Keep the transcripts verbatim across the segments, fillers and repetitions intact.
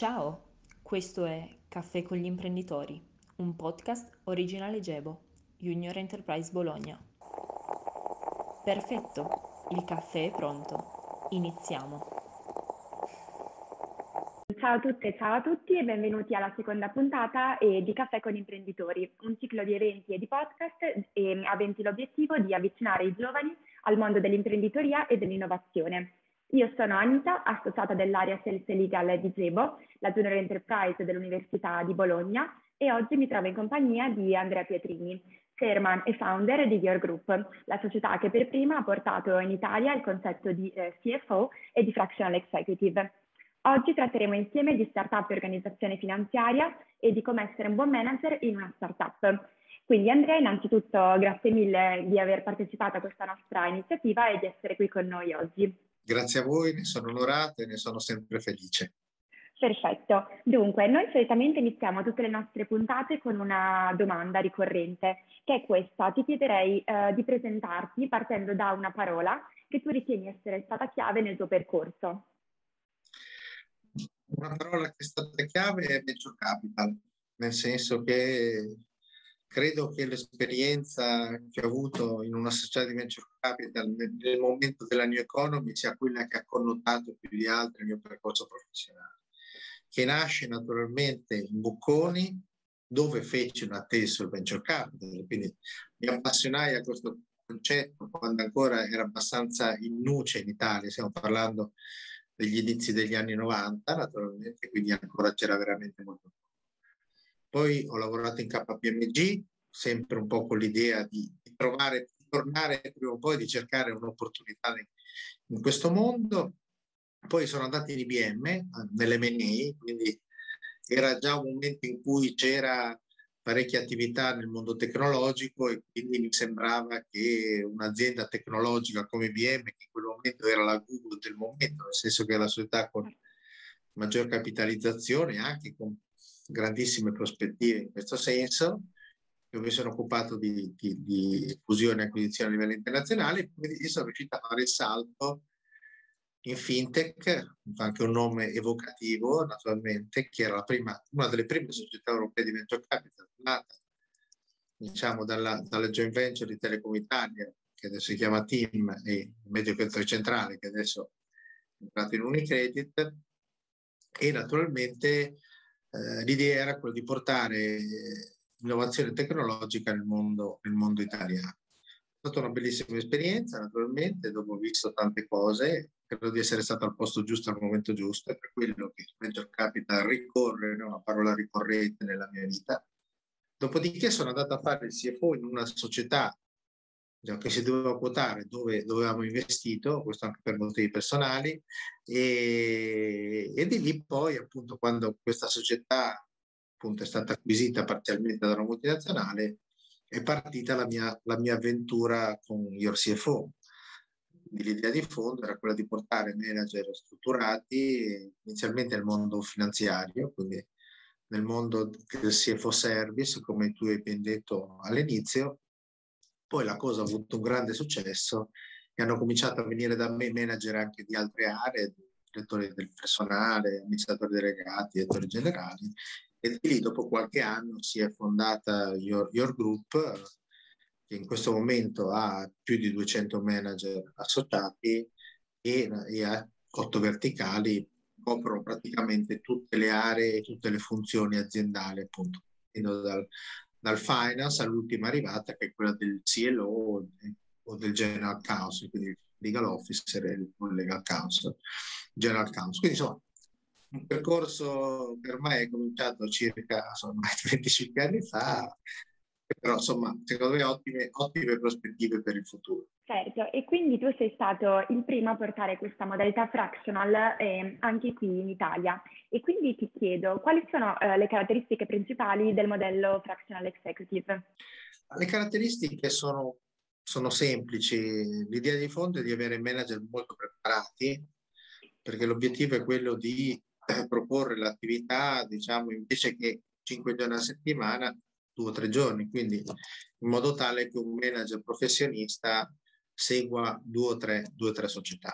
Ciao, questo è Caffè con gli imprenditori, un podcast originale Gebo, Junior Enterprise Bologna. Perfetto, il caffè è pronto. Iniziamo. Ciao a tutte e ciao a tutti e benvenuti alla seconda puntata eh, di Caffè con Imprenditori, un ciclo di eventi e di podcast eh, aventi l'obiettivo di avvicinare i giovani al mondo dell'imprenditoria e dell'innovazione. Io sono Anita, associata dell'area Sales e Legal di Gebo, la Junior Enterprise dell'Università di Bologna, e oggi mi trovo in compagnia di Andrea Pietrini, chairman e founder di Your Group, la società che per prima ha portato in Italia il concetto di eh, C F O e di Fractional Executive. Oggi tratteremo insieme di startup e organizzazione finanziaria e di come essere un buon manager in una startup. Quindi Andrea, innanzitutto grazie mille di aver partecipato a questa nostra iniziativa e di essere qui con noi oggi. Grazie a voi, ne sono onorato e ne sono sempre felice. Perfetto. Dunque, noi solitamente iniziamo tutte le nostre puntate con una domanda ricorrente, che è questa. Ti chiederei eh, di presentarti partendo da una parola che tu ritieni essere stata chiave nel tuo percorso. Una parola che è stata chiave è venture capital, nel senso che credo che l'esperienza che ho avuto in una società di venture capital nel, nel momento della new economy sia quella che ha connotato più di altri il mio percorso professionale, che nasce naturalmente in Bocconi, dove feci una tesi sul venture capital, quindi mi appassionai a questo concetto quando ancora era abbastanza in nuce in Italia, stiamo parlando degli inizi degli anni novanta, naturalmente, quindi ancora c'era veramente molto poco. Poi ho lavorato in K P M G, sempre un po' con l'idea di, di trovare, di tornare prima o poi, di cercare un'opportunità in, in questo mondo. Poi sono andato in I B M, nell'M and A, quindi era già un momento in cui c'era parecchia attività nel mondo tecnologico e quindi mi sembrava che un'azienda tecnologica come I B M, che in quel momento era la Google del momento, nel senso che è la società con maggior capitalizzazione, anche con grandissime prospettive in questo senso, io mi sono occupato di, di, di fusione e acquisizione a livello internazionale, quindi sono riuscito a fare il salto in fintech, anche un nome evocativo naturalmente, che era la prima, una delle prime società europee di venture capital, nata diciamo dalla, dalla joint venture di Telecom Italia, che adesso si chiama TIM, e Medio Centrale, che adesso è entrato in Unicredit, e naturalmente eh, l'idea era quella di portare innovazione tecnologica nel mondo, nel mondo italiano. È stata una bellissima esperienza, naturalmente, dopo ho visto tante cose, credo di essere stato al posto giusto al momento giusto, è per quello che venture capital ricorre, è una parola ricorrente nella mia vita. Dopodiché sono andato a fare il C F O in una società che si doveva quotare, dove, dove avevamo investito, questo anche per motivi personali, e, e di lì poi, appunto, quando questa società appunto è stata acquisita parzialmente da una multinazionale, è partita la mia, la mia avventura con Your C F O. L'idea di fondo era quella di portare manager strutturati inizialmente nel mondo finanziario, quindi nel mondo del C F O service, come tu hai ben detto all'inizio. Poi la cosa ha avuto un grande successo e hanno cominciato a venire da me manager anche di altre aree, direttori del personale, amministratori delegati, direttori generali, e di lì dopo qualche anno si è fondata Your, Your Group, che in questo momento ha più di duecento manager associati e, e ha otto verticali, coprono praticamente tutte le aree e tutte le funzioni aziendali, appunto, dal, dal finance all'ultima arrivata, che è quella del C L O o del general counsel, quindi legal officer e il legal counsel, general counsel. Quindi insomma, un percorso per me è cominciato circa insomma, venticinque anni fa, però insomma secondo me ottime, ottime prospettive per il futuro. Certo, e quindi tu sei stato il primo a portare questa modalità fractional eh, anche qui in Italia, e quindi ti chiedo quali sono eh, le caratteristiche principali del modello fractional executive? Le caratteristiche sono, sono semplici, l'idea di fondo è di avere manager molto preparati, perché l'obiettivo è quello di eh, proporre l'attività, diciamo, invece che cinque giorni a settimana, due o tre giorni, quindi in modo tale che un manager professionista segua due o tre, due o tre società.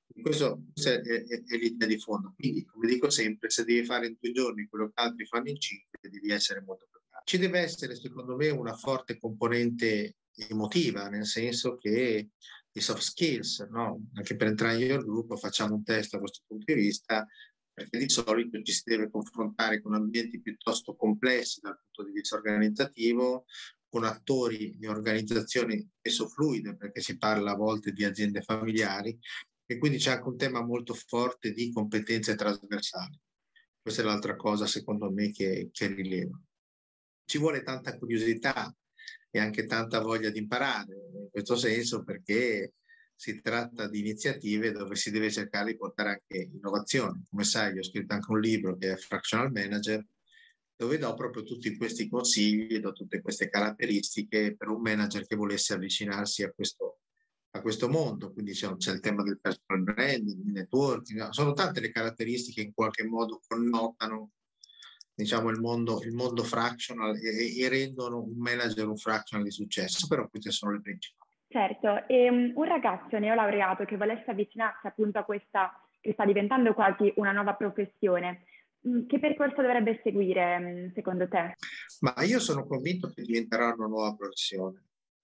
Questo, questa è, è, è l'idea di fondo. Quindi, come dico sempre, se devi fare in due giorni quello che altri fanno in cinque, devi essere molto preparato. Ci deve essere, secondo me, una forte componente emotiva, nel senso che i soft skills, no? Anche per entrare in Your Group facciamo un test da questo punto di vista, perché di solito ci si deve confrontare con ambienti piuttosto complessi dal punto di vista organizzativo, con attori di organizzazioni spesso fluide, perché si parla a volte di aziende familiari, e quindi c'è anche un tema molto forte di competenze trasversali. Questa è l'altra cosa, secondo me, che, che rileva. Ci vuole tanta curiosità e anche tanta voglia di imparare, in questo senso, perché si tratta di iniziative dove si deve cercare di portare anche innovazione. Come sai, io ho scritto anche un libro che è Fractional Manager, dove do proprio tutti questi consigli e do tutte queste caratteristiche per un manager che volesse avvicinarsi a questo, a questo mondo. Quindi c'è, c'è il tema del personal branding, il networking, no? Sono tante le caratteristiche che in qualche modo connotano, diciamo, il mondo, il mondo fractional e, e rendono un manager un fractional di successo, però queste sono le principali. Certo, e um, un ragazzo neolaureato che volesse avvicinarsi appunto a questa, che sta diventando quasi una nuova professione, che percorso dovrebbe seguire secondo te? Ma io sono convinto che diventerà una nuova professione,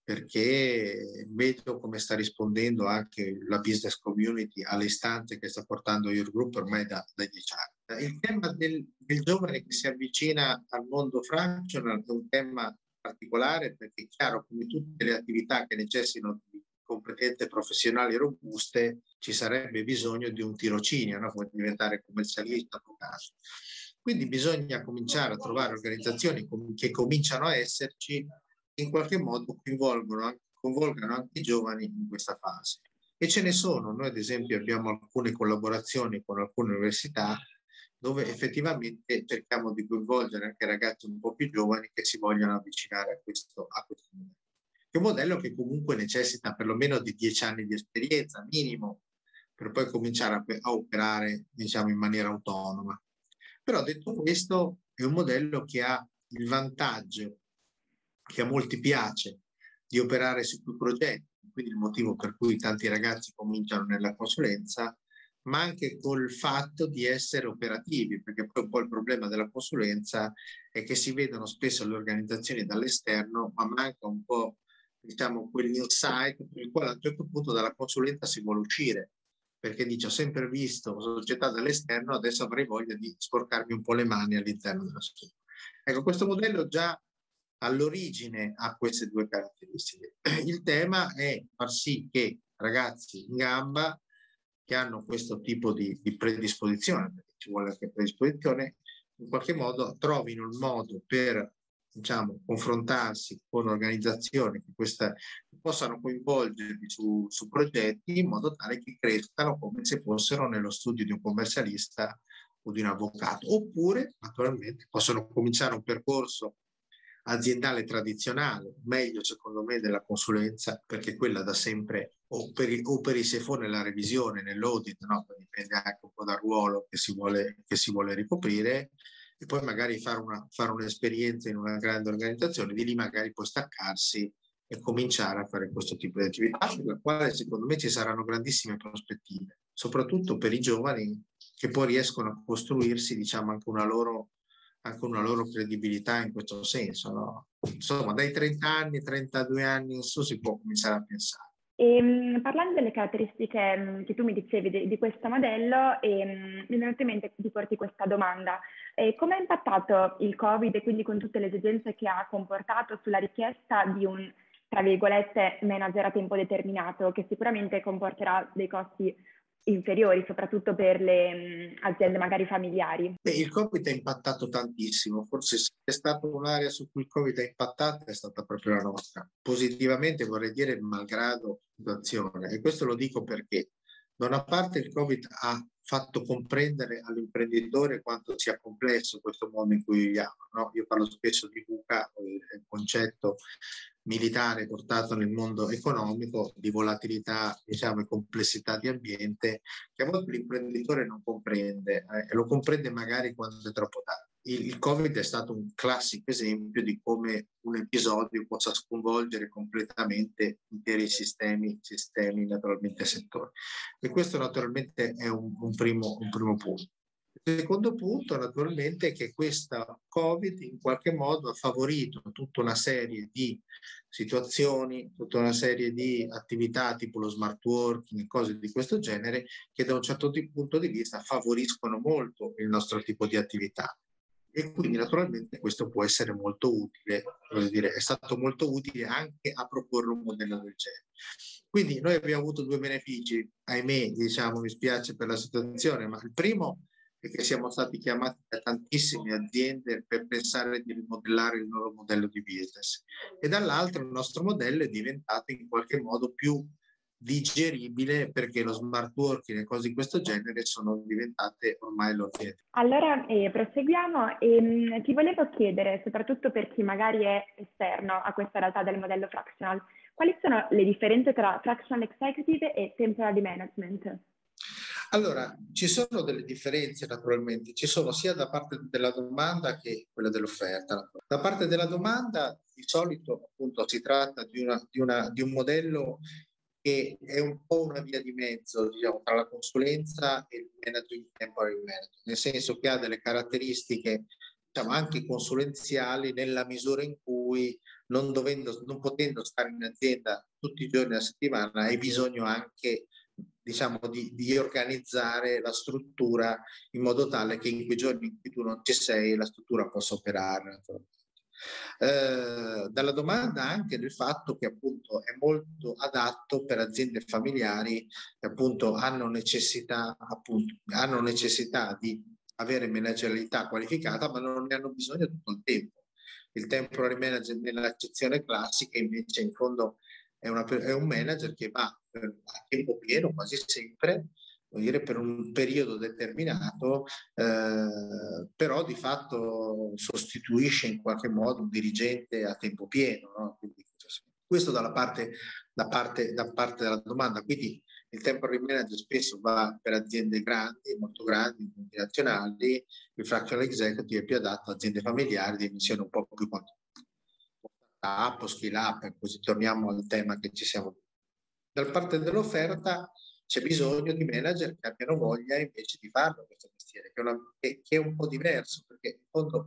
perché vedo come sta rispondendo anche la business community alle istanze che sta portando Your Group ormai da, da dieci anni. Il tema del, del giovane che si avvicina al mondo fractional è un tema particolare, perché è chiaro, come tutte le attività che necessitano di competenze professionali robuste, ci sarebbe bisogno di un tirocinio, no? Come diventare commercialista, avvocato. Quindi bisogna cominciare a trovare organizzazioni che cominciano a esserci, in qualche modo coinvolgono, coinvolgano anche i giovani in questa fase. E ce ne sono. Noi ad esempio abbiamo alcune collaborazioni con alcune università dove effettivamente cerchiamo di coinvolgere anche ragazzi un po' più giovani che si vogliono avvicinare a questo, a questo modello. È un modello che comunque necessita perlomeno di dieci anni di esperienza, minimo, per poi cominciare a, a operare, diciamo, in maniera autonoma. Però detto questo, è un modello che ha il vantaggio, che a molti piace, di operare su più progetti, quindi il motivo per cui tanti ragazzi cominciano nella consulenza, ma anche col fatto di essere operativi, perché poi un po' il problema della consulenza è che si vedono spesso le organizzazioni dall'esterno, ma manca un po', diciamo, quell'insight per il quale a un certo punto dalla consulenza si vuole uscire, perché dice: ho sempre visto società dall'esterno, adesso avrei voglia di sporcarmi un po' le mani all'interno della struttura. Ecco, questo modello già all'origine ha queste due caratteristiche. Il tema è far sì che ragazzi in gamba che hanno questo tipo di, di predisposizione, perché ci vuole anche predisposizione, in qualche modo trovino il modo per, diciamo, confrontarsi con organizzazioni che, questa, che possano coinvolgerli su, su progetti in modo tale che crescano come se fossero nello studio di un commercialista o di un avvocato, oppure naturalmente possono cominciare un percorso aziendale tradizionale, meglio secondo me della consulenza, perché quella da sempre operi, operi se fu nella revisione, nell'audit, no? Dipende anche un po' dal ruolo che si vuole, che si vuole ricoprire, e poi magari fare, una, fare un'esperienza in una grande organizzazione, di lì magari poi staccarsi e cominciare a fare questo tipo di attività, sulla quale secondo me ci saranno grandissime prospettive, soprattutto per i giovani che poi riescono a costruirsi, diciamo, anche una loro anche una loro credibilità in questo senso, no? Insomma, dai trenta anni, trentadue anni in su si può cominciare a pensare. E, parlando delle caratteristiche mh, che tu mi dicevi di, di questo modello, e, mh, mi è venuto in mente di porti questa domanda. Eh, come ha impattato il Covid e quindi con tutte le esigenze che ha comportato sulla richiesta di un, tra virgolette, manager a tempo determinato, che sicuramente comporterà dei costi inferiori, soprattutto per le mh, aziende magari familiari? Beh, il Covid ha impattato tantissimo, forse se è stata un'area su cui il Covid ha impattato è stata proprio la nostra. Positivamente vorrei dire malgrado situazione, e questo lo dico perché da una parte il Covid ha fatto comprendere all'imprenditore quanto sia complesso questo mondo in cui viviamo, no? Io parlo spesso di VUCA, il concetto militare portato nel mondo economico, di volatilità, diciamo, e complessità di ambiente, che a volte l'imprenditore non comprende, eh, e lo comprende magari quando è troppo tardi. il, il Covid è stato un classico esempio di come un episodio possa sconvolgere completamente interi sistemi, sistemi naturalmente settori. E questo naturalmente è un, un, primo, un primo punto. Il secondo punto naturalmente è che questa Covid in qualche modo ha favorito tutta una serie di situazioni, tutta una serie di attività tipo lo smart working, cose di questo genere, che da un certo punto di vista favoriscono molto il nostro tipo di attività. E quindi naturalmente questo può essere molto utile, voglio dire, è stato molto utile anche a proporre un modello del genere. Quindi noi abbiamo avuto due benefici, ahimè, diciamo, mi spiace per la situazione, ma il primo è che siamo stati chiamati da tantissime aziende per pensare di rimodellare il loro modello di business, e dall'altro il nostro modello è diventato in qualche modo più digeribile, perché lo smart working e cose di questo genere sono diventate ormai l'ordine. Allora eh, proseguiamo e mh, ti volevo chiedere, soprattutto per chi magari è esterno a questa realtà del modello fractional, quali sono le differenze tra fractional executive e temporary management? Allora, ci sono delle differenze naturalmente, ci sono sia da parte della domanda che quella dell'offerta. Da parte della domanda di solito appunto si tratta di, una, di, una, di un modello che è un po' una via di mezzo, diciamo, tra la consulenza e il managing temporary management, nel senso che ha delle caratteristiche, diciamo, anche consulenziali, nella misura in cui non, dovendo, non potendo stare in azienda tutti i giorni della settimana hai bisogno anche, diciamo, di, di organizzare la struttura in modo tale che in quei giorni in cui tu non ci sei la struttura possa operare. Eh, dalla domanda anche del fatto che appunto è molto adatto per aziende familiari che appunto hanno necessità, appunto, hanno necessità di avere managerialità qualificata, ma non ne hanno bisogno tutto il tempo. Il temporary manager nell'accezione classica invece in fondo è, una, è un manager che va a tempo pieno quasi sempre, vuol dire per un periodo determinato, eh, però di fatto sostituisce in qualche modo un dirigente a tempo pieno, no? Quindi, questo dalla parte, da parte, da parte della domanda. Quindi il temporary manager spesso va per aziende grandi, molto grandi, multinazionali, il fractional executive è più adatto a aziende familiari di dimensione un po' più up o skill up, così torniamo al tema che ci siamo. Dal parte dell'offerta c'è bisogno di manager che abbiano voglia invece di farlo questo mestiere, che è, una, che, che è un po' diverso, perché in fondo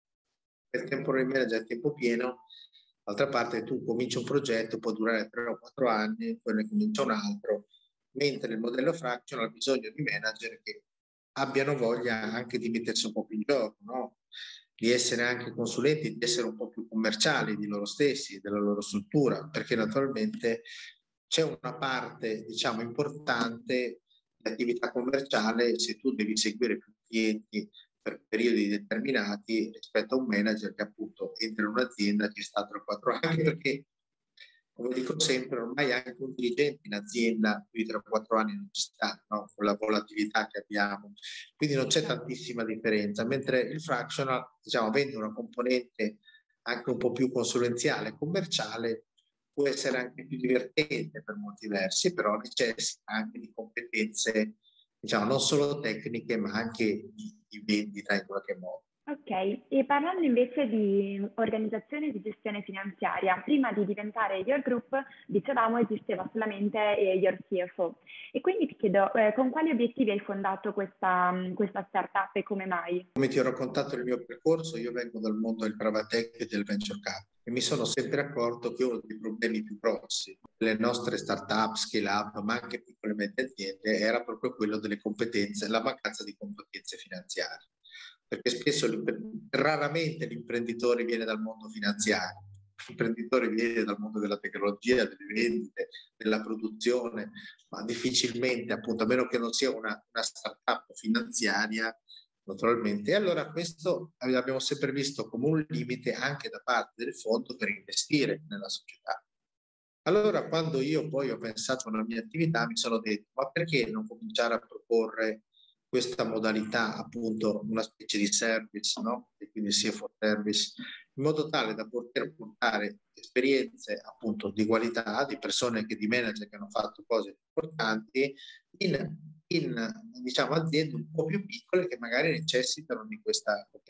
per temporary manager a tempo pieno, d'altra parte tu cominci un progetto, può durare tre o quattro anni, poi ne comincia un altro, mentre il modello fractional ha bisogno di manager che abbiano voglia anche di mettersi un po' più in gioco, no? Di essere anche consulenti, di essere un po' più commerciali di loro stessi, della loro struttura, perché naturalmente c'è una parte, diciamo, importante di attività commerciale se tu devi seguire più clienti per periodi determinati rispetto a un manager che appunto entra in un'azienda che sta tra quattro anni, perché come dico sempre, ormai anche un dirigente in azienda più di tre o quattro anni non ci sta, no? Con la volatilità che abbiamo. Quindi non c'è tantissima differenza, mentre il fractional, diciamo, avendo una componente anche un po' più consulenziale e commerciale, può essere anche più divertente per molti versi, però necessita anche di competenze, diciamo, non solo tecniche, ma anche di, di vendita in qualche modo. Ok, e parlando invece di organizzazione e di gestione finanziaria, prima di diventare Your Group, dicevamo, esisteva solamente eh, Your C F O. E quindi ti chiedo, eh, con quali obiettivi hai fondato questa, questa startup e come mai? Come ti ho raccontato il mio percorso, io vengo dal mondo del private equity e del venture capital e mi sono sempre accorto che uno dei problemi più grossi delle nostre startup, scale up, ma anche piccole e medie aziende, era proprio quello delle competenze, la mancanza di competenze finanziarie. Perché spesso, raramente l'imprenditore viene dal mondo finanziario, l'imprenditore viene dal mondo della tecnologia, delle vendite, della produzione, ma difficilmente, appunto, a meno che non sia una, una startup finanziaria, naturalmente. E allora questo abbiamo sempre visto come un limite anche da parte del fondo per investire nella società. Allora, quando io poi ho pensato alla mia attività, mi sono detto, ma perché non cominciare a proporre questa modalità, appunto, una specie di service, no? E quindi C F O service, in modo tale da poter portare esperienze, appunto, di qualità, di persone che, di manager che hanno fatto cose importanti, in, in diciamo, aziende un po' più piccole che magari necessitano di questa competenza.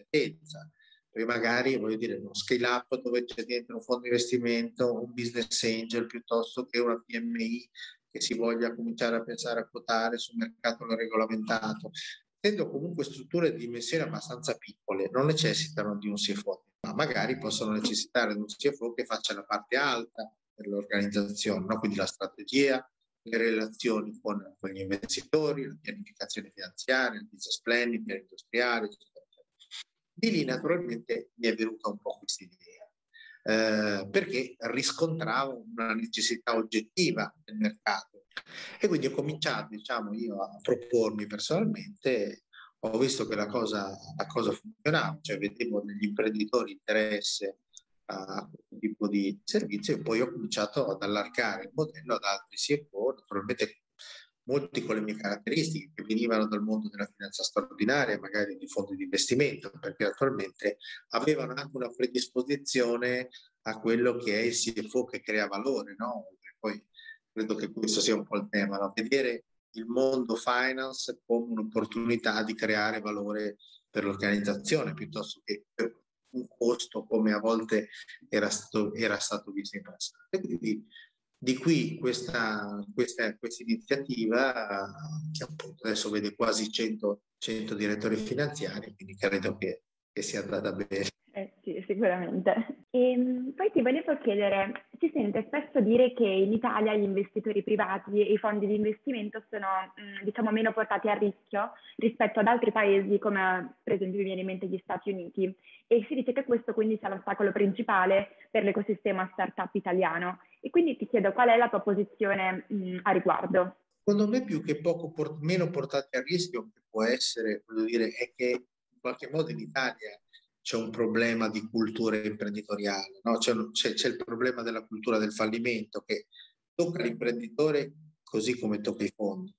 competenza. Poi magari, voglio dire, uno scale up dove c'è dentro un fondo di investimento, un business angel piuttosto che una P M I che si voglia cominciare a pensare a quotare sul mercato non regolamentato. Essendo comunque strutture di dimensioni abbastanza piccole, non necessitano di un C F O, ma magari possono necessitare di un C F O che faccia la parte alta per l'organizzazione, no? Quindi la strategia, le relazioni con, con gli investitori, la pianificazione finanziaria, il business planning, il piano industriale, eccetera. Di lì naturalmente mi è venuta un po' questa idea, eh, perché riscontravo una necessità oggettiva del mercato. E quindi ho cominciato, diciamo, io a propormi personalmente, ho visto che la cosa, la cosa funzionava, cioè vedevo negli imprenditori interesse a questo tipo di servizio e poi ho cominciato ad allargare il modello ad altri C F O, naturalmente molti con le mie caratteristiche, che venivano dal mondo della finanza straordinaria, magari di fondi di investimento, perché attualmente avevano anche una predisposizione a quello che è il C F O che crea valore, no? E poi credo che questo sia un po' il tema, no? Vedere il mondo finance come un'opportunità di creare valore per l'organizzazione, piuttosto che per un costo come a volte era stato, era stato visto in passato. E quindi di qui questa, questa, questa iniziativa che appunto adesso vede quasi cento, cento direttori finanziari, quindi credo che, che sia andata bene. Eh sì, sicuramente. E poi ti volevo chiedere, si sente spesso dire che in Italia gli investitori privati e i fondi di investimento sono, mh, diciamo, meno portati a rischio rispetto ad altri paesi come per esempio mi viene in mente gli Stati Uniti, e si dice che questo quindi sia l'ostacolo principale per l'ecosistema startup italiano. E quindi ti chiedo qual è la tua posizione mh, a riguardo. Secondo me più che poco port- meno portati a rischio, che può essere, voglio dire, è che in qualche modo in Italia c'è un problema di cultura imprenditoriale, no? C'è, c'è, c'è il problema della cultura del fallimento che tocca l'imprenditore così come tocca i fondi.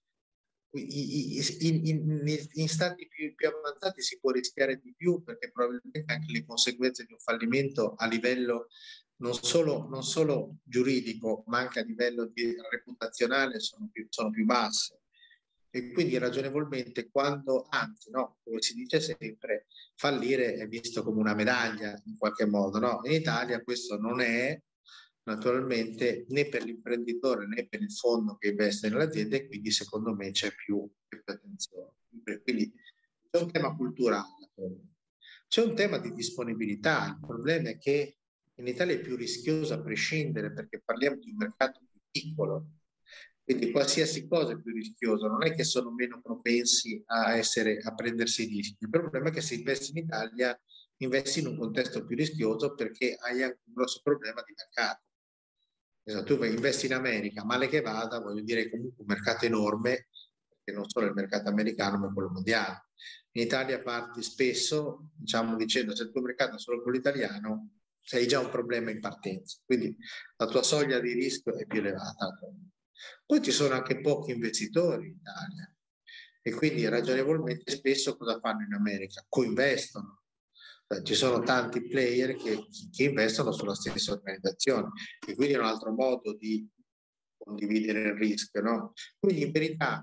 In, in, in stati più, più avanzati si può rischiare di più perché probabilmente anche le conseguenze di un fallimento a livello non solo, non solo giuridico ma anche a livello di reputazionale sono più, sono più basse. E quindi ragionevolmente quando, anzi no, come si dice sempre, fallire è visto come una medaglia in qualche modo, no? In Italia questo non è naturalmente né per l'imprenditore né per il fondo che investe nell'azienda e quindi secondo me c'è più, più attenzione. Quindi c'è un tema culturale, c'è un tema di disponibilità. Il problema è che in Italia è più rischioso a prescindere perché parliamo di un mercato più piccolo. Quindi qualsiasi cosa è più rischiosa, non è che sono meno propensi a, essere, a prendersi i rischi. Il problema è che se investi in Italia, investi in un contesto più rischioso perché hai anche un grosso problema di mercato. Esatto, tu investi in America, male che vada, voglio dire comunque un mercato enorme, perché non solo il mercato americano ma quello mondiale. In Italia parti spesso, diciamo dicendo, se il tuo mercato è solo quello italiano, sei già un problema in partenza, quindi la tua soglia di rischio è più elevata. Poi ci sono anche pochi investitori in Italia e quindi ragionevolmente spesso cosa fanno in America? Coinvestono. Cioè, ci sono tanti player che, che investono sulla stessa organizzazione e quindi è un altro modo di condividere il rischio, no? Quindi in verità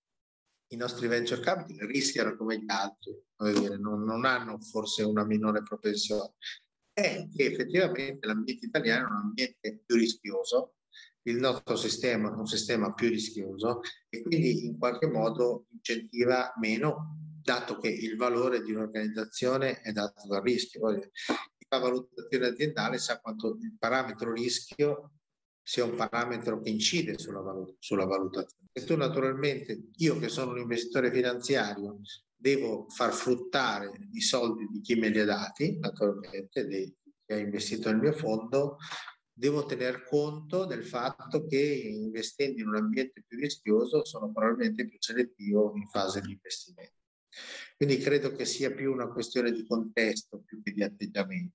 i nostri venture capital rischiano come gli altri, dire, non, non hanno forse una minore propensione. È che effettivamente l'ambiente italiano è un ambiente più rischioso, il nostro sistema è un sistema più rischioso e quindi in qualche modo incentiva meno, dato che il valore di un'organizzazione è dato dal rischio. Chi fa valutazione aziendale sa quanto il parametro rischio sia un parametro che incide sulla, valut- sulla valutazione. E tu naturalmente, io che sono un investitore finanziario, devo far fruttare i soldi di chi me li ha dati, naturalmente, di chi ha investito nel mio fondo, devo tener conto del fatto che investendo in un ambiente più rischioso sono probabilmente più selettivo in fase di investimento. Quindi credo che sia più una questione di contesto più che di atteggiamento.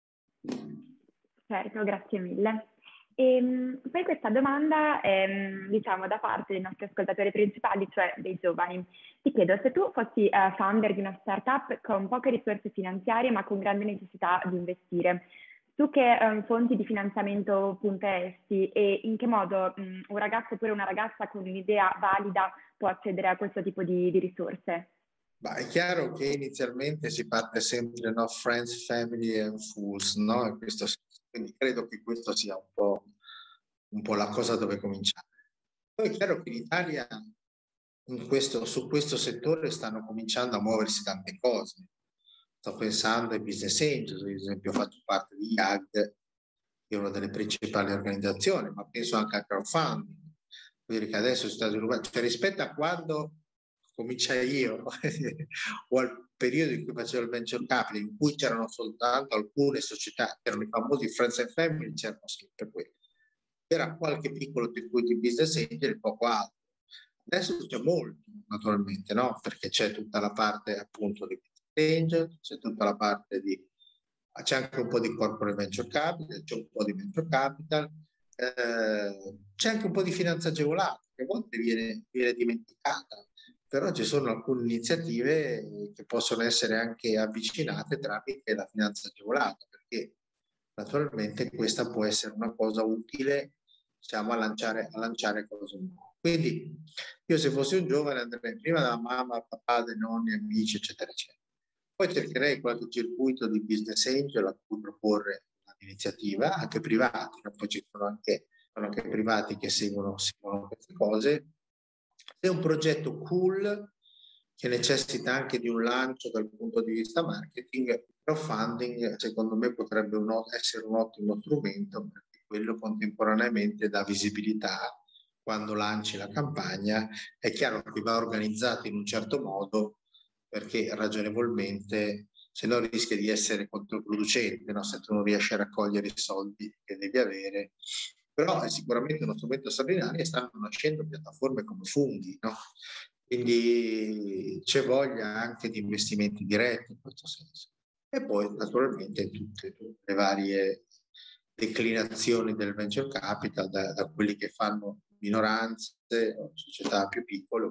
Certo, grazie mille. E poi questa domanda è, diciamo, da parte dei nostri ascoltatori principali, cioè dei giovani. Ti chiedo, se tu fossi uh, founder di una startup con poche risorse finanziarie ma con grande necessità di investire, su che um, fonti di finanziamento punteresti e in che modo um, un ragazzo oppure una ragazza con un'idea valida può accedere a questo tipo di, di risorse? Ma è chiaro che inizialmente si parte sempre, no? Friends, family and fools, no? In questo senso. Quindi credo che questo sia un po', un po' la cosa dove cominciare. Poi è chiaro che in Italia in questo, su questo settore stanno cominciando a muoversi tante cose. Sto pensando ai business angels, ad esempio faccio parte di I A G, che è una delle principali organizzazioni, ma penso anche al crowdfunding. Vuol dire che adesso si sta sviluppando, cioè rispetto a quando cominciai io o al periodo in cui facevo il venture capital, in cui c'erano soltanto alcune società, erano i famosi friends and family, c'erano sempre quelli. C'era qualche piccolo circuito di business angel, poco altro. Adesso c'è molto, naturalmente, no? Perché c'è tutta la parte appunto di business angel, c'è tutta la parte di... c'è anche un po' di corporate venture capital, c'è un po' di venture capital, eh, c'è anche un po' di finanza agevolata, che a volte viene, viene dimenticata, però ci sono alcune iniziative che possono essere anche avvicinate tramite la finanza agevolata, perché naturalmente questa può essere una cosa utile, diciamo, a lanciare, a lanciare cose nuove. Quindi io se fossi un giovane andrei prima da mamma, papà, dai nonni, amici, eccetera, eccetera. Poi cercherei qualche circuito di business angel a cui proporre un'iniziativa, anche privati, no? Poi ci sono anche, sono anche privati che seguono, seguono queste cose. Se è un progetto cool che necessita anche di un lancio dal punto di vista marketing, il crowdfunding secondo me potrebbe un, essere un ottimo strumento, perché quello contemporaneamente dà visibilità quando lanci la campagna. È chiaro che va organizzato in un certo modo, perché ragionevolmente se no rischia di essere controproducente, no? Se tu non riesci a raccogliere i soldi che devi avere. Però è sicuramente uno strumento straordinario e stanno nascendo piattaforme come Funghi, no? Quindi c'è voglia anche di investimenti diretti in questo senso. E poi naturalmente tutte, tutte le varie declinazioni del venture capital, da, da quelli che fanno minoranze o società più piccole.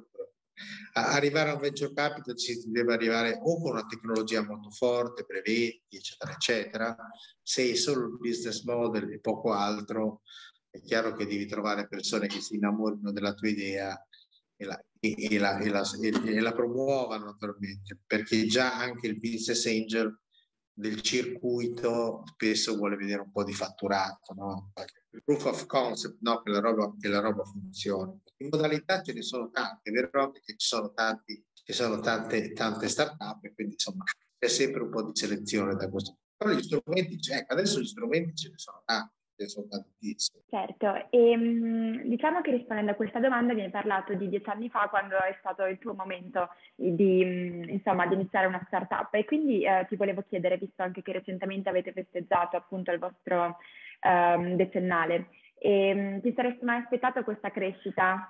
A arrivare a un venture capital si deve arrivare o con una tecnologia molto forte, brevetti, eccetera, eccetera. Se è solo il business model e poco altro, è chiaro che devi trovare persone che si innamorino della tua idea e la, e, e la, e la, e la promuovano naturalmente, perché già anche il business angel del circuito spesso vuole vedere un po' di fatturato, no? Il proof of concept, no? Che la roba, che la roba funzioni. In modalità ce ne sono tante, è vero che ci sono tanti, ci sono tante, tante start-up, e quindi insomma c'è sempre un po' di selezione da questo. Però gli strumenti, cioè, adesso gli strumenti ce ne sono tanti. Sono tantissimi. Certo, e diciamo che rispondendo a questa domanda mi hai parlato di dieci anni fa, quando è stato il tuo momento di, insomma, di iniziare una startup, e quindi eh, ti volevo chiedere, visto anche che recentemente avete festeggiato appunto il vostro um, decennale, e, ti saresti mai aspettato questa crescita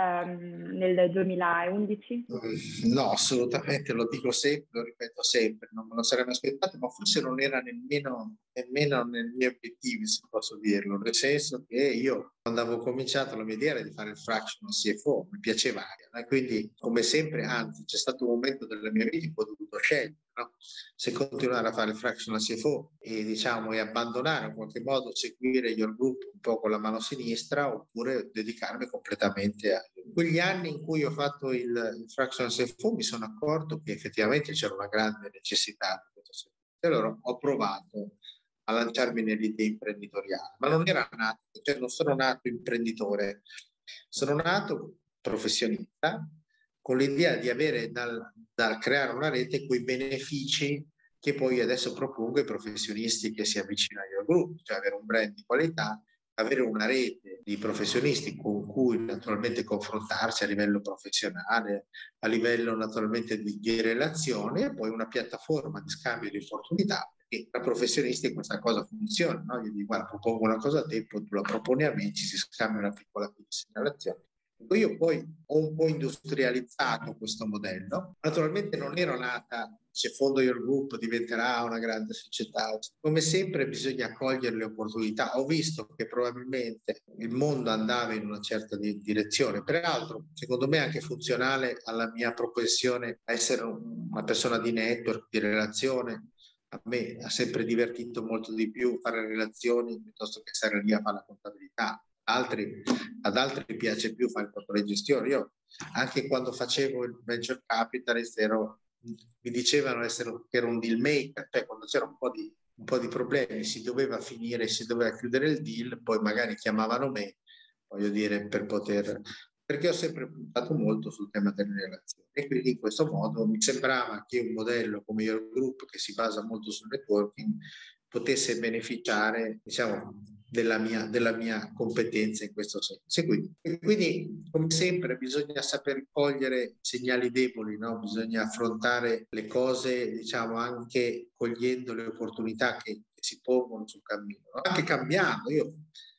um, nel duemilaundici? No, assolutamente, lo dico sempre, lo ripeto sempre, non me lo sarei mai aspettato, ma forse non era nemmeno, nemmeno nei miei obiettivi, se posso dirlo, nel senso che io, quando avevo cominciato, la mia idea era di fare il fractional C F O, mi piaceva, e quindi come sempre, anzi, c'è stato un momento della mia vita in cui ho dovuto scegliere, no? Se continuare a fare il fractional C F O e, diciamo, e abbandonare in qualche modo, seguire Your Group un po' con la mano sinistra, oppure dedicarmi completamente a quegli anni in cui ho fatto il, il fractional C F O. Mi sono accorto che effettivamente c'era una grande necessità di questo servizio. E allora ho provato a lanciarmi nell'idea imprenditoriale, ma non era nato, cioè non sono nato imprenditore, sono nato professionista con l'idea di avere dal, dal creare una rete quei benefici che poi adesso propongo ai professionisti che si avvicinano al gruppo, cioè avere un brand di qualità, avere una rete di professionisti con cui naturalmente confrontarsi a livello professionale, a livello naturalmente di, di relazioni, e poi una piattaforma di scambio di opportunità. E tra professionisti questa cosa funziona, no? Io dico, guarda, propongo una cosa a te, tu la proponi a me, ci si scambia una piccola segnalazione. Io poi ho un po' industrializzato questo modello. Naturalmente non ero nata, se fondo Your Group diventerà una grande società. Come sempre bisogna cogliere le opportunità. Ho visto che probabilmente il mondo andava in una certa di direzione, peraltro secondo me anche funzionale alla mia propensione a essere una persona di network, di relazione. A me ha sempre divertito molto di più fare relazioni piuttosto che stare lì a fare la contabilità. Altri, ad altri piace più fare corporate gestione. Io anche quando facevo il venture capitalist ero mi dicevano essere, che ero un deal maker, cioè quando c'era un po' di un po' di problemi, si doveva finire, si doveva chiudere il deal, poi magari chiamavano me, voglio dire, per poter, perché ho sempre puntato molto sul tema delle relazioni e quindi in questo modo mi sembrava che un modello come Your Group, che si basa molto sul networking, potesse beneficiare, diciamo, della mia, della mia competenza in questo senso. E quindi, e quindi, come sempre, bisogna saper cogliere segnali deboli, no? Bisogna affrontare le cose, diciamo, anche cogliendo le opportunità che, che si pongono sul cammino, no? Anche cambiando. Io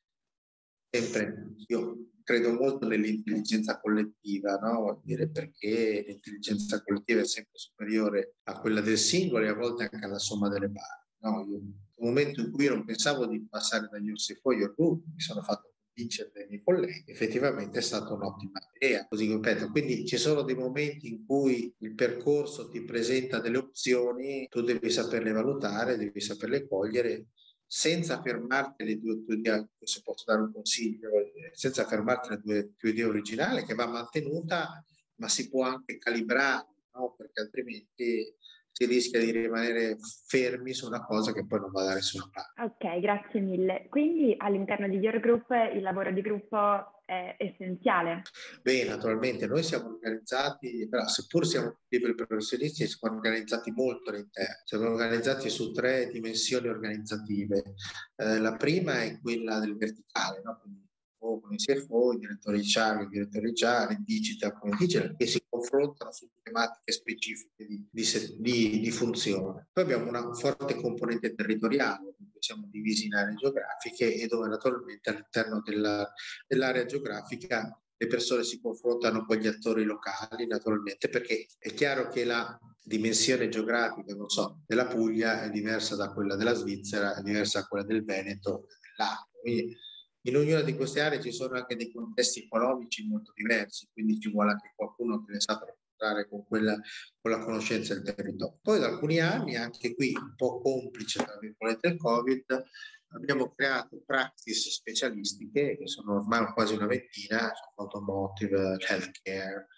sempre, io credo molto nell'intelligenza collettiva, no? Vuol dire, perché l'intelligenza collettiva è sempre superiore a quella del singolo e a volte anche alla somma delle parti. No? Io, nel momento in cui io non pensavo di passare dagli Your Group, mi sono fatto convincere dai miei colleghi, effettivamente è stata un'ottima idea. Così ripeto, quindi ci sono dei momenti in cui il percorso ti presenta delle opzioni, tu devi saperle valutare, devi saperle cogliere, senza fermarti alle tue, tue idee, se posso dare un consiglio, senza fermarti alle tue, tue idee originali, che va mantenuta, ma si può anche calibrare, no? Perché altrimenti si rischia di rimanere fermi su una cosa che poi non va da nessuna parte. Ok, grazie mille. Quindi all'interno di Your Group il lavoro di gruppo è essenziale? Beh, naturalmente noi siamo organizzati, però seppur siamo liberi professionisti, siamo organizzati molto all'interno. Siamo organizzati su tre dimensioni organizzative. Eh, la prima è quella del verticale, no? Quindi con i C F O, i direttori generali, i direttori generali, il digital, come digital, che si confrontano su tematiche specifiche di, di, di, di funzione. Poi abbiamo una forte componente territoriale, siamo divisi in aree geografiche e dove naturalmente all'interno della, dell'area geografica le persone si confrontano con gli attori locali, naturalmente, perché è chiaro che la dimensione geografica, non so, della Puglia è diversa da quella della Svizzera, è diversa da quella del Veneto, dell'Acqua. Quindi in ognuna di queste aree ci sono anche dei contesti economici molto diversi, quindi ci vuole anche qualcuno che ne sappia con quella con la conoscenza del territorio. Poi da alcuni anni, anche qui un po' complice tra virgolette il Covid, abbiamo creato practice specialistiche che sono ormai quasi una ventina, automotive, healthcare,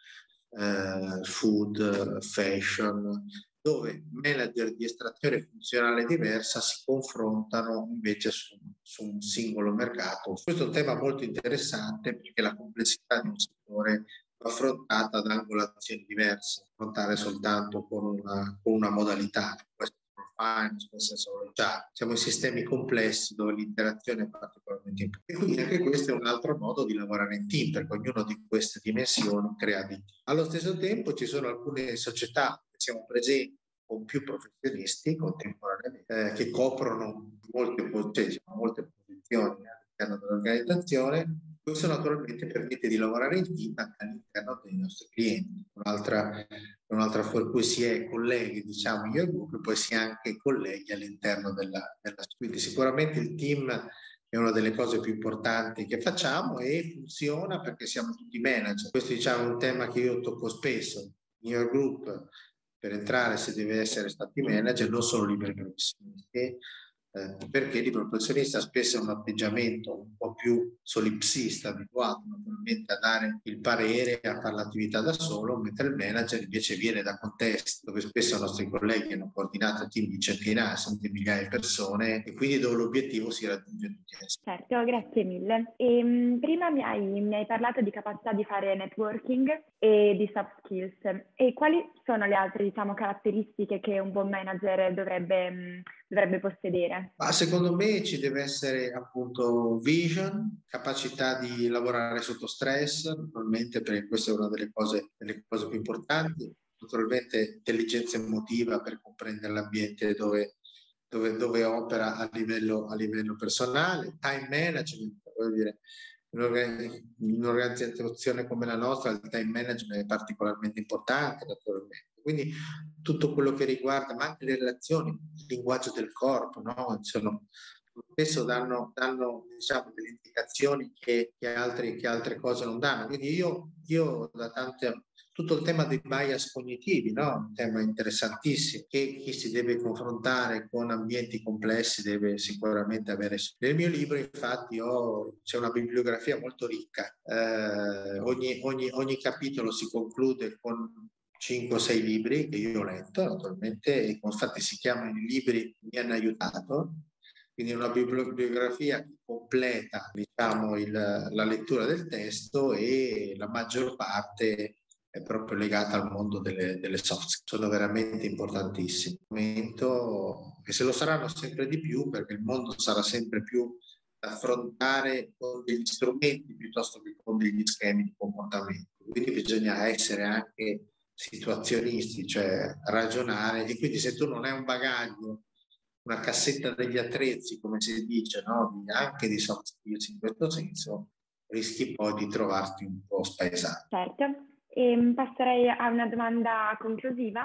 eh, food, fashion, dove manager di estrazione funzionale diversa si confrontano invece su, su un singolo mercato. Questo è un tema molto interessante perché la complessità di un settore affrontata da angolazioni diverse, affrontare soltanto con una, con una modalità. Questo finance, nel senso già siamo in sistemi complessi dove l'interazione è particolarmente importante. E quindi anche questo è un altro modo di lavorare in team, perché ognuno di queste dimensioni crea di team. Allo stesso tempo ci sono alcune società che siamo presenti con più professionisti contemporaneamente eh, che coprono molte, cioè, molte posizioni all'interno dell'organizzazione. Questo naturalmente permette di lavorare in team anche all'interno dei nostri clienti. Un'altra, un'altra per cui si è colleghi, diciamo, in Your Group, e poi si è anche colleghi all'interno della, della... Quindi sicuramente il team è una delle cose più importanti che facciamo e funziona perché siamo tutti manager. Questo diciamo, è un tema che io tocco spesso. In Your Group, per entrare, si deve essere stati manager, non solo liberi professionisti, Eh, perché il professionista spesso ha un atteggiamento un po' più solipsista, abituato naturalmente a dare il parere, a fare l'attività da solo, mentre il manager invece viene da contesti dove spesso i nostri colleghi hanno coordinato team di centinaia, se non di migliaia di persone e quindi dove l'obiettivo si raggiunge tutti insieme. Certo, grazie mille. E, mh, prima mi hai, mi hai parlato di capacità di fare networking e di soft skills. E quali sono le altre, diciamo, caratteristiche che un buon manager dovrebbe, mh, dovrebbe possedere? Ma secondo me ci deve essere appunto vision, capacità di lavorare sotto stress, naturalmente, perché questa è una delle cose, delle cose più importanti. Naturalmente intelligenza emotiva per comprendere l'ambiente dove, dove, dove opera a livello, a livello personale, time management, voglio dire, in un'organizzazione come la nostra il time management è particolarmente importante, naturalmente. Quindi tutto quello che riguarda, ma anche le relazioni, il linguaggio del corpo, no? Sono, spesso danno, danno diciamo, delle indicazioni che, che, altri, che altre cose non danno. Quindi io, io da tante, tutto il tema dei bias cognitivi, no? Un tema interessantissimo, che chi si deve confrontare con ambienti complessi deve sicuramente avere. Nel mio libro, infatti, ho, c'è una bibliografia molto ricca. Eh, ogni, ogni, ogni capitolo si conclude con cinque o sei libri che io ho letto, naturalmente, e infatti si chiamano i libri che mi hanno aiutato, quindi una bibliografia che completa, diciamo, il, la lettura del testo, e la maggior parte è proprio legata al mondo delle, delle soft skills. Sono veramente importantissimi. E se lo saranno sempre di più, perché il mondo sarà sempre più da affrontare con degli strumenti piuttosto che con degli schemi di comportamento. Quindi bisogna essere anche situazionisti, cioè ragionare, e quindi se tu non hai un bagaglio, una cassetta degli attrezzi, come si dice, no? Anche di soft skills in questo senso, rischi poi di trovarti un po' spaesato. Certo, e passerei a una domanda conclusiva.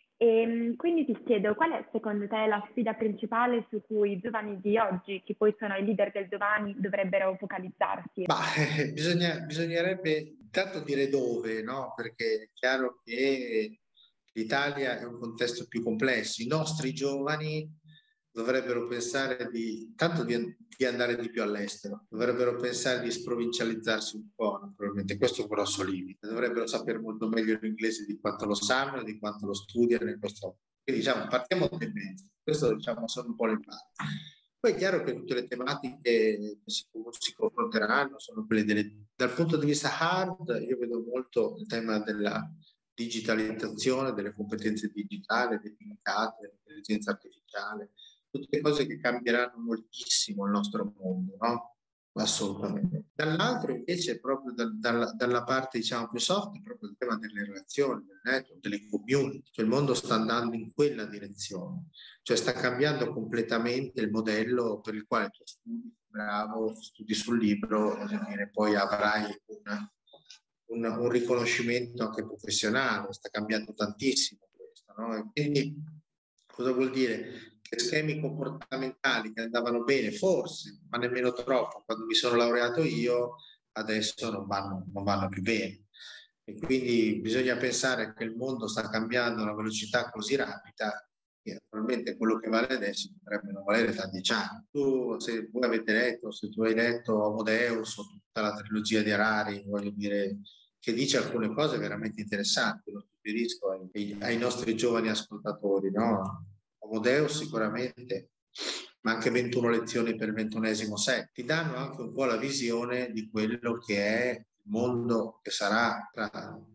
E quindi ti chiedo, qual è secondo te la sfida principale su cui i giovani di oggi, che poi sono i leader del domani, dovrebbero focalizzarsi? Bah, eh, bisogna, bisognerebbe intanto dire dove, no? Perché è chiaro che l'Italia è un contesto più complesso. I nostri giovani dovrebbero pensare di, tanto di, di andare di più all'estero, dovrebbero pensare di sprovincializzarsi un po', naturalmente, questo è un grosso limite. Dovrebbero sapere molto meglio l'inglese di quanto lo sanno e di quanto lo studiano in questo. Quindi diciamo, partiamo dai mezzi. Questo diciamo sono un po' le basi. Poi è chiaro che tutte le tematiche che si, si confronteranno sono quelle delle, dal punto di vista hard, io vedo molto il tema della digitalizzazione, delle competenze digitali, dei big data, dell'intelligenza artificiale, tutte cose che cambieranno moltissimo il nostro mondo, no? Assolutamente. Dall'altro invece proprio da, da, dalla parte diciamo più soft è proprio il tema delle relazioni, del network, delle community, cioè il mondo sta andando in quella direzione, cioè sta cambiando completamente il modello per il quale tu studi, bravo, studi sul libro, e poi avrai una, una, un riconoscimento anche professionale, sta cambiando tantissimo questo, no? E quindi cosa vuol dire? Che schemi comportamentali che andavano bene, forse, ma nemmeno troppo, quando mi sono laureato io, adesso non vanno, non vanno più bene. E quindi bisogna pensare che il mondo sta cambiando a una velocità così rapida che naturalmente quello che vale adesso potrebbe non valere tra dieci anni. Tu, se voi avete letto, se tu hai letto Homo Deus o tutta la trilogia di Harari, voglio dire, che dice alcune cose veramente interessanti, lo suggerisco ai, ai nostri giovani ascoltatori, no? Homo Deus sicuramente, ma anche ventuno lezioni per il ventunesimo secolo, ti danno anche un po' la visione di quello che è il mondo che sarà tra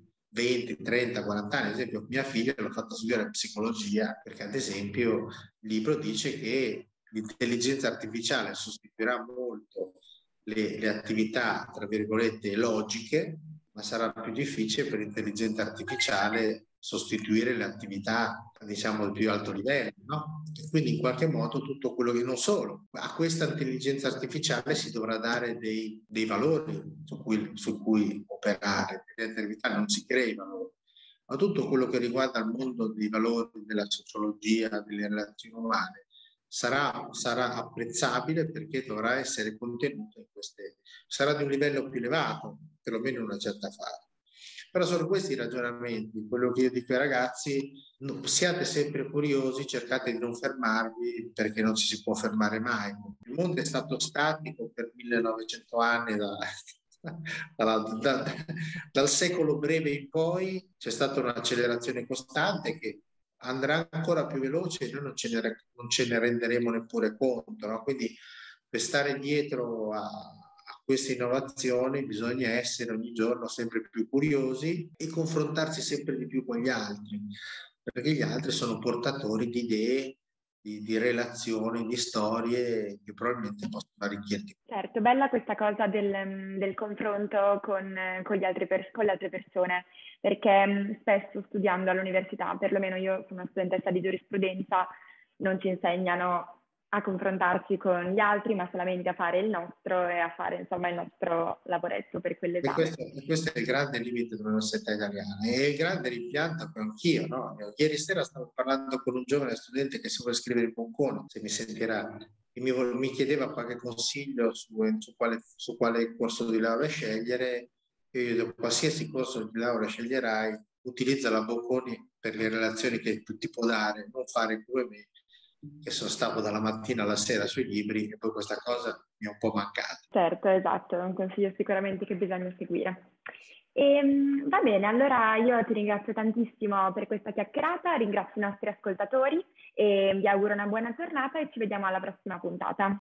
venti, trenta, quaranta anni. Ad esempio mia figlia l'ho fatta studiare psicologia perché ad esempio il libro dice che l'intelligenza artificiale sostituirà molto le, le attività, tra virgolette, logiche, ma sarà più difficile per l'intelligenza artificiale sostituire le attività, diciamo, di più alto livello, no? E quindi in qualche modo tutto quello che non solo, a questa intelligenza artificiale si dovrà dare dei, dei valori su cui, su cui operare, perché in attività non si crei valori. Ma tutto quello che riguarda il mondo dei valori, della sociologia, delle relazioni umane, sarà, sarà apprezzabile perché dovrà essere contenuto in queste, sarà di un livello più elevato, perlomeno in una certa fase. Però sono questi i ragionamenti, quello che io dico ai ragazzi, no, siate sempre curiosi, cercate di non fermarvi perché non ci si può fermare mai. Il mondo è stato statico per millenovecento anni, da, da, da, dal secolo breve in poi c'è stata un'accelerazione costante che andrà ancora più veloce e noi non ce ne, non ce ne renderemo neppure conto, no? Quindi per stare dietro a, a queste innovazioni bisogna essere ogni giorno sempre più curiosi e confrontarsi sempre di più con gli altri, perché gli altri sono portatori di idee, di, di relazioni, di storie che probabilmente possono arricchirti. Certo, bella questa cosa del, del confronto con, con, gli altri per, con le altre persone, perché spesso studiando all'università, perlomeno io sono una studentessa di giurisprudenza, non ci insegnano a confrontarci con gli altri, ma solamente a fare il nostro e a fare insomma il nostro lavoretto per quell'esame. E questo, questo è il grande limite dell'università italiana e il grande rimpianto che anch'io, no? Ieri sera stavo parlando con un giovane studente che si vuole iscrivere in Boccone, se mi sentirà, e mi, mi chiedeva qualche consiglio su, su, quale, su quale corso di laurea scegliere. Io gli ho detto, qualsiasi corso di laurea sceglierai, utilizza la Bocconi per le relazioni che ti può dare, non fare come me, che sono stato dalla mattina alla sera sui libri e poi questa cosa mi è un po' mancata. Certo, esatto, è un consiglio sicuramente che bisogna seguire. E, mm, va bene, allora io ti ringrazio tantissimo per questa chiacchierata, ringrazio i nostri ascoltatori e vi auguro una buona giornata e ci vediamo alla prossima puntata.